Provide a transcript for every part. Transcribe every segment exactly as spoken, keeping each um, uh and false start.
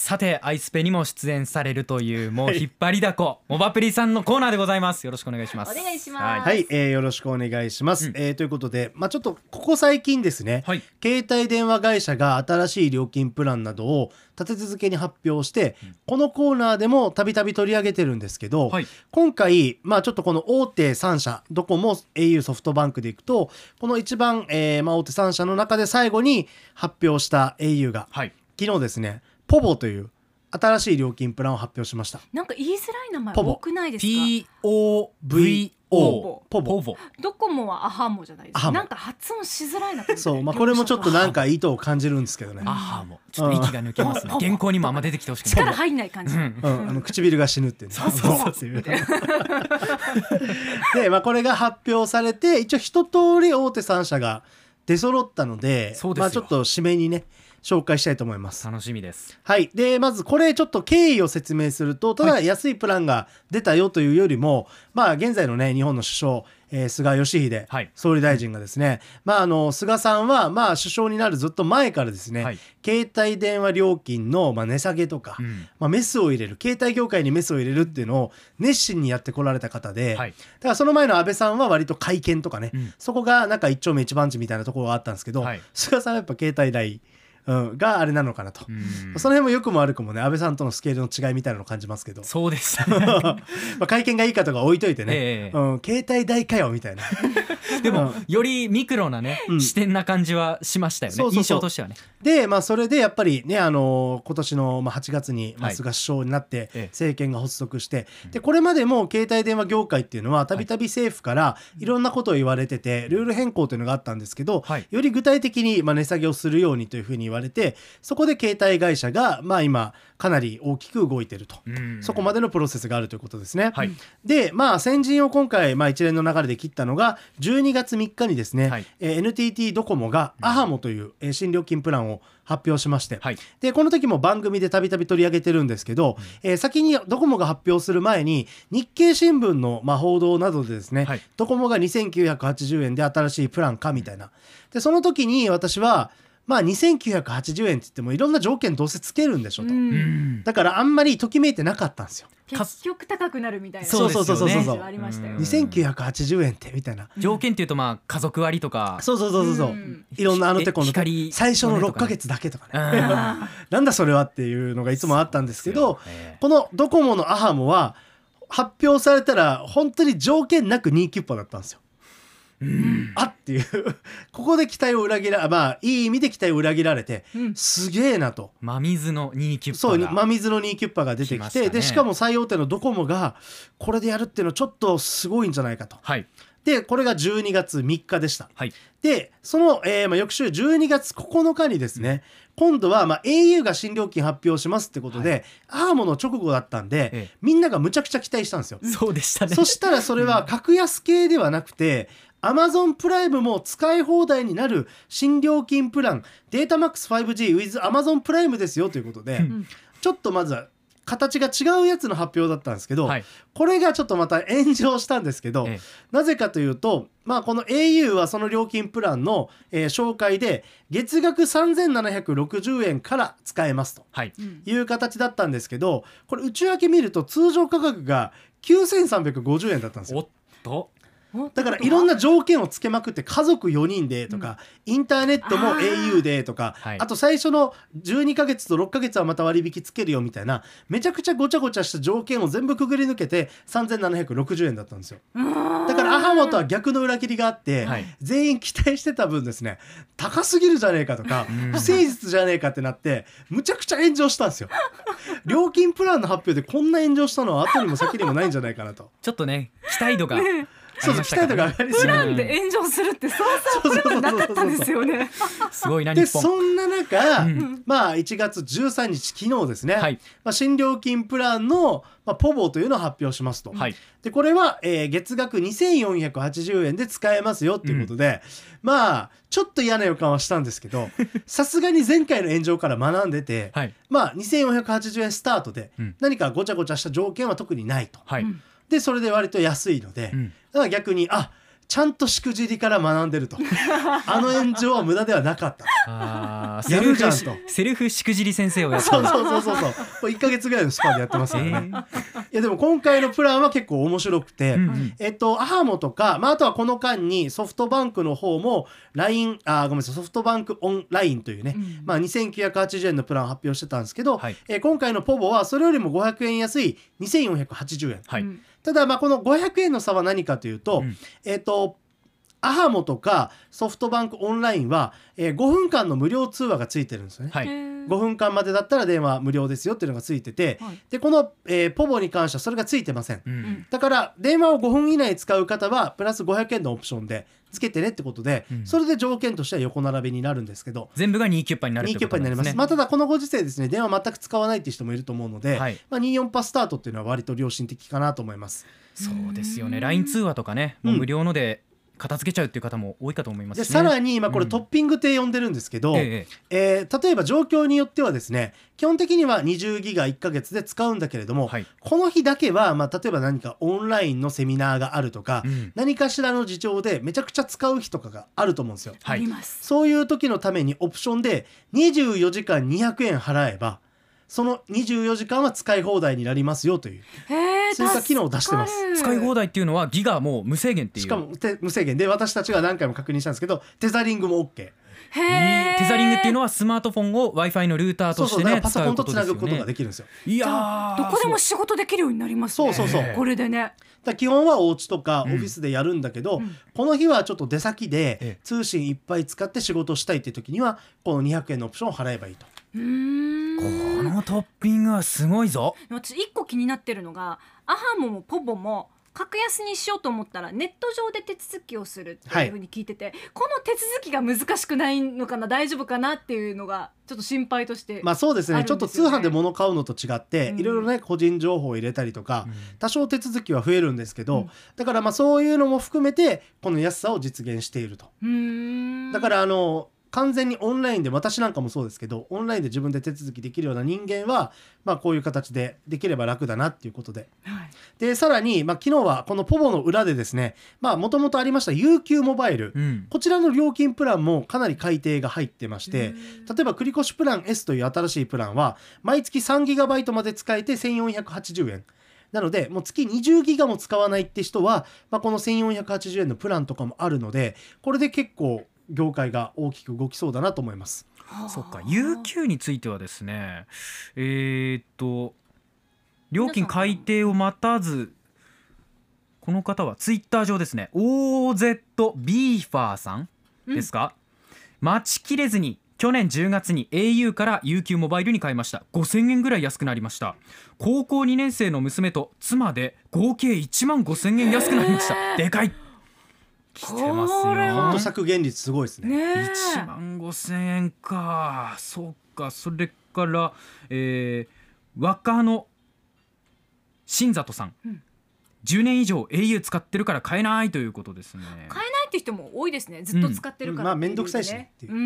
さてアイスペにも出演されるというもう引っ張りだこモバプリさんのコーナーでございます。よろしくお願いします。 お願いします。 はい、えー、よろしくお願いします、 うんえー、ということで、まあ、ちょっとここ最近ですね、 はい携帯電話会社が新しい料金プランなどを立て続けに発表して、うん、このコーナーでもたびたび取り上げてるんですけど、はい、今回、まあ、ちょっとこの大手さん社ドコモ エーユー ソフトバンクでいくとこの一番、えーまあ、大手さん社の中で最後に発表した エーユー が、はい、昨日ですねポボという新しい料金プランを発表しました。 なんか言いづらい名前多くないですか？ ピーオーブイオーポボドコモはアハモじゃないですか。なんか発音しづらいなと思って。 そう、まあ、これもちょっとなんか意図を感じるんですけどね。 アハモちょっと息が抜けますね。原稿にもあんま出てきてほしくない。 力入んない感じ、うんうん、あの唇が死ぬっていうね。 そうそうそうで、まあ、これが発表されて一応一通り大手さん社が出揃ったので、まあ、ちょっと締めにね紹介したいと思います。 楽しみです。 はい。でまずこれちょっと経緯を説明すると、ただ安いプランが出たよというよりも、はい、まあ現在のね日本の首相、えー、菅義偉総理大臣がですね、はい、まああの菅さんはまあ首相になるずっと前からですね、はい、携帯電話料金のまあ値下げとか、うんまあ、メスを入れる携帯業界にメスを入れるっていうのを熱心にやってこられた方で、はい、だからその前の安倍さんは割と改憲とかね、うん、そこがなんか一丁目一番地みたいなところがあったんですけど、はい、菅さんはやっぱ携帯代うん、があれなのかなと、うん、その辺も良くも悪くもね安倍さんとのスケールの違いみたいなのを感じますけど、 そうでしたねまあ会見がいいかとか置いといてね、えーうん、携帯代かよみたいなでも、うん、よりミクロなね、うん、視点な感じはしましたよね。そうそうそう、印象としてはね。 で、まあ、それでやっぱりね、あのー、今年のはちがつに菅首相になって政権が発足して、はい、でこれまでも携帯電話業界っていうのはたびたび政府からいろんなことを言われてて、はい、ルール変更というのがあったんですけど、はい、より具体的にまあ値下げをするようにというふうに言われて、そこで携帯会社がまあ今かなり大きく動いていると、そこまでのプロセスがあるということですね、はい、でまあ先陣を今回まあ一連の流れで切ったのがじゅうにがつみっかにですね、はい、えー、エヌティーティー ドコモがアハモという、えー、新料金プランを発表しまして、はい、でこの時も番組でたびたび取り上げてるんですけど、うん、えー、先にドコモが発表する前に日経新聞のまあ報道などでですね、はい、ドコモがにせんきゅうひゃくはちじゅうえんで新しいプランかみたいな、でその時に私はまあにせんきゅうひゃくはちじゅうえんって言ってもいろんな条件どうせつけるんでしょと、うん、だからあんまりときめいてなかったんですよ。 結局高くなるみたいな。 そうそうそうそうそうありましたよ。 にせんきゅうひゃくはちじゅうえんってみたいな条件っていうとまあ家族割とか、 そうそうそうそう、うん、いろんなあの手この手最初のろっかげつだけとかねなんだそれはっていうのがいつもあったんですけど、ね、このドコモのアハモは発表されたら本当に条件なくにキュッパだったんですよ。うん、あっていうここで期待を裏切らまあいい意味で期待を裏切られて、うん、すげえなと真水のにキュッパそう真水のにキュッパが出てきて、ね、でしかも最大手のドコモがこれでやるっていうのはちょっとすごいんじゃないかと、はい、でこれがじゅうにがつみっかでした、はい、でその、えーまあ、翌週じゅうにがつここのかにですね、うん、今度は、まあ、エーユー が新料金発表しますってことで、はい、アーモの直後だったんで、ええ、みんながむちゃくちゃ期待したんですよ。 そうでしたね。 そしたらそれは格安系ではなくて、Amazon プライムも使い放題になる新料金プランデータマックス ファイブジー with Amazon プライムですよということで、うん、ちょっとまずは形が違うやつの発表だったんですけど、はい、これがちょっとまた炎上したんですけど、ええ、なぜかというと、まあ、この エーユー はその料金プランの、えー、紹介で月額さんぜんななひゃくろくじゅうえんから使えますという形だったんですけど、これ内訳見ると通常価格がきゅうせんさんびゃくごじゅうえんだったんですよ。 おっとだからいろんな条件をつけまくって家族よにんでとか、うん、インターネットも エーユー でとか あ,、はい、あと最初のじゅうにかげつとろっかげつはまた割引つけるよみたいなめちゃくちゃごちゃごちゃした条件を全部くぐり抜けてさんぜんななひゃくろくじゅうえんだったんですよ。だからアハモとは逆の裏切りがあって、はい、全員期待してた分ですね高すぎるじゃねえかとか不誠実じゃねえかってなってむちゃくちゃ炎上したんですよ。料金プランの発表でこんな炎上したのは後にも先にもないんじゃないかなと。 ちょっとね期待度がそう期待度が上がりすぎプランで炎上するってそうそうプランなかったですよね。 すごいなで日本。 そんな中、うん、まあいちがつじゅうさんにち昨日ですね、はい、まあ、新料金プランの、まあ、ポボというのを発表しますと、はい、でこれは、えー、月額にせんよんひゃくはちじゅうえんで使えますよっていうことで、うん、まあちょっと嫌な予感はしたんですけどさすがに前回の炎上から学んでて、はい、まあにせんよんひゃくはちじゅうえんスタートで、うん、何かごちゃごちゃした条件は特にないと、はい、でそれで割と安いので、うん、だから逆にあちゃんとしくじりから学んでるとあの炎上は無駄ではなかったあやるじゃんとセルフしくじり先生をやってそうそうそうそうそういっかげつぐらいのスパンでやってますからね、 えー、 いやでも今回のプランは結構面白くて、うんうん、えっとアハモとか、まあ、あとはこの間にソフトバンクの方も ライン あごめんなさいソフトバンクオンラインというね、うん、まあ、にせんきゅうひゃくはちじゅうえんのプランを発表してたんですけど、はい、えー、今回のポボはそれよりもごひゃくえん安いにせんよんひゃくはちじゅうえん、はい、ただまあこのごひゃくえんの差は何かというと、うん、えっとアハモとかソフトバンクオンラインは、えー、ごふんかんの無料通話がついてるんですよね、はい、ごふんかんまでだったら電話無料ですよっていうのがついてて、はい、でこの、えー、ポボに関してはそれがついてません、うん、だから電話をごふん以内使う方はプラスごひゃくえんのオプションでつけてねってことで、うん、それで条件としては横並びになるんですけど全部がにキュッパになるってことなんですね。 にキュッパになります、まあ、ただこのご時世ですね電話全く使わないっていう人もいると思うので、はい、まあ、にじゅうよんパースタートっていうのは割と良心的かなと思います。 そうですよね。 ライン 通話とかねもう無料ので、うん片付けちゃうっていう方も多いかと思いますし、ね、 でさらに今これトッピングって呼んでるんですけど、うん、えええー、例えば状況によってはですね基本的にはにじゅうギガいっかげつで使うんだけれども、はい、この日だけは、まあ、例えば何かオンラインのセミナーがあるとか、うん、何かしらの事情でめちゃくちゃ使う日とかがあると思うんですよ、はい、そういう時のためにオプションでにじゅうよじかんにひゃくえん払えばそのにじゅうよじかんは使い放題になりますよというそういった機能を出してます。 使い放題っていうのはギガもう無制限っていう、 しかも無制限で私たちが何回も確認したんですけどテザリングも OK。 へテザリングっていうのはスマートフォンを Wi-Fi のルーターとしてねそうそうパソコンとつなぐことができるんですよ。 いやどこでも仕事できるようになりますね。 そうそうそうこれでねだ基本はお家とかオフィスでやるんだけど、うん、この日はちょっと出先で通信いっぱい使って仕事したいっていう時にはこのにひゃくえんのオプションを払えばいいと。 うーんこのトッピングはすごいぞ。 私いっこ気になってるのがアハモもポボも格安にしようと思ったらネット上で手続きをするっていうふうに聞いてて、はい、この手続きが難しくないのかな大丈夫かなっていうのがちょっと心配として、 まあそうですねちょっと通販で物買うのと違っていろいろね個人情報を入れたりとか、うん、多少手続きは増えるんですけど、うん、だからまあそういうのも含めてこの安さを実現していると。うーんだからあの完全にオンラインで私なんかもそうですけどオンラインで自分で手続きできるような人間は、まあ、こういう形でできれば楽だなっていうことで、はい、でさらに、まあ、昨日はこのポボの裏でですねもともとありました ユーキュー モバイル、うん、こちらの料金プランもかなり改定が入ってまして例えば繰越プラン S という新しいプランは毎月 さんギガバイト まで使えてせんよんひゃくはちじゅうえんなのでもう月にじゅうギガも使わないって人は、まあ、このせんよんひゃくはちじゅうえんのプランとかもあるのでこれで結構業界が大きく動きそうだなと思います。 そっか ユーキュー についてはですねえー、っと料金改定を待たずこの方はツイッター上ですね オーゼットビーファー さんですか、うん、待ちきれずに去年じゅうがつに エーユー から ユーキュー モバイルに変えました。ごせんえんぐらい安くなりました。高校にねん生の娘と妻で合計いちまんごせんえん安くなりました。でかい来てますよ。 ほんと削減率すごいですね。 ねいちまんごせんえんか。そっか。それから、えー、若野新里さん、うん、じゅうねん以上 エーユー 使ってるから買えないということですね。 買えないって人も多いですね。ずっと使ってるから、 うん、まあ面倒くさいしねっていう、うん、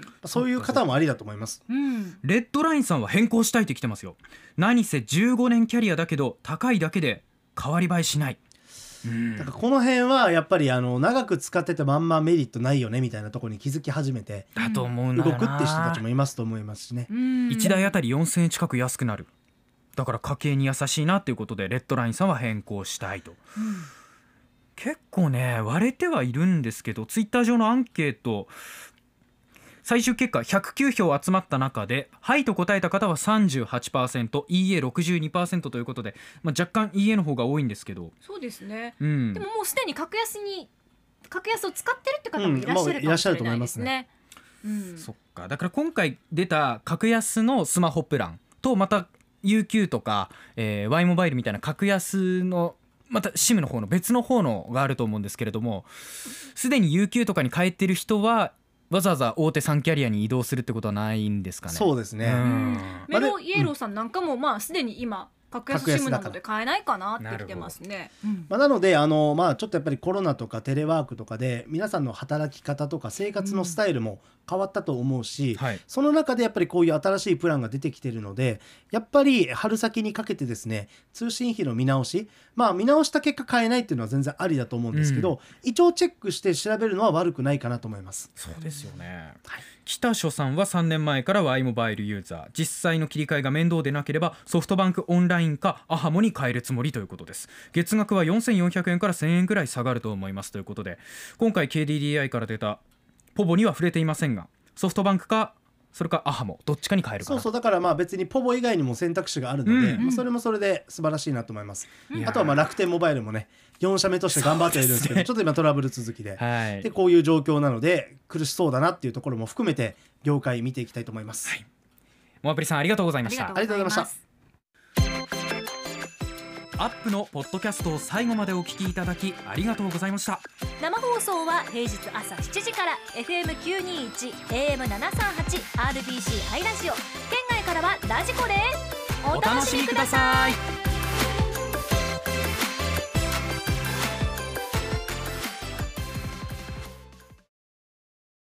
そういう方もありだと思います、 うん、レッドラインさんは変更したいって来てますよ。何せじゅうごねんキャリアだけど高いだけで変わり映えしない。 うん、だからこの辺はやっぱりあの長く使っててもあんまメリットないよねみたいなところに気づき始めてだと思うんだ動くって人たちもいますと思いますしね。 いちだいあたりよんせんえん近く安くなる。だから家計に優しいなということでレッドラインさんは変更したいと、うん、結構ね割れてはいるんですけどツイッター上のアンケート最終結果ひゃくきゅうひょう集まった中ではいと答えた方は さんじゅうはちパーセント いいえ ろくじゅうにパーセント ということで、まあ、若干いいえの方が多いんですけどそうですね、うん、でももうすでに格安に格安を使ってるって方もいらっしゃるかもしれないですね、 うんうん、そっか。だから今回出た格安のスマホプランとまた ユーキュー とか、えー、Y モバイルみたいな格安のまた シム の方の別の方のがあると思うんですけれどもすでに ユーキュー とかに変えてる人はわざわざ大手さんキャリアに移動するってことはないんですかね。 そうですね、うん、 メロイエローさんなんかもまあすでに今格安 SIM なので買えないかなってきてますね。 まあ、なのであの、まあ、ちょっとやっぱりコロナとかテレワークとかで皆さんの働き方とか生活のスタイルも変わったと思うし、うんはい、その中でやっぱりこういう新しいプランが出てきているのでやっぱり春先にかけてですね通信費の見直し、まあ見直した結果買えないっていうのは全然ありだと思うんですけど、うん、一応チェックして調べるのは悪くないかなと思います。 そうですよね、はい、北所さんはさんねんまえから Y モバイルユーザー、実際の切り替えが面倒でなければソフトバンクオンラインかアハモに変えるつもりということです。月額はよんせんよんひゃくえんからせんえんくらい下がると思いますということで、今回 ケーディーディーアイ から出たポボには触れていませんがソフトバンクかそれかアハモどっちかに変えるかな。 そうそう、だからまあ別にポボ以外にも選択肢があるので、うんまあ、それもそれで素晴らしいなと思います、うん、あとはまあ楽天モバイルもねよん社目として頑張っているんですけど、ね、ちょっと今トラブル続きで、はい、でこういう状況なので苦しそうだなっていうところも含めて業界見ていきたいと思います、はい、 モアプリさんありがとうございました。 ありがとうございました。 アップのポッドキャストを最後までお聞きいただきありがとうございました。 生放送は平日朝しちじから エフエムきゅうにいち エーエムななさんはち アールビーシー ハイラジオ、県外からはラジコです。 お楽しみください。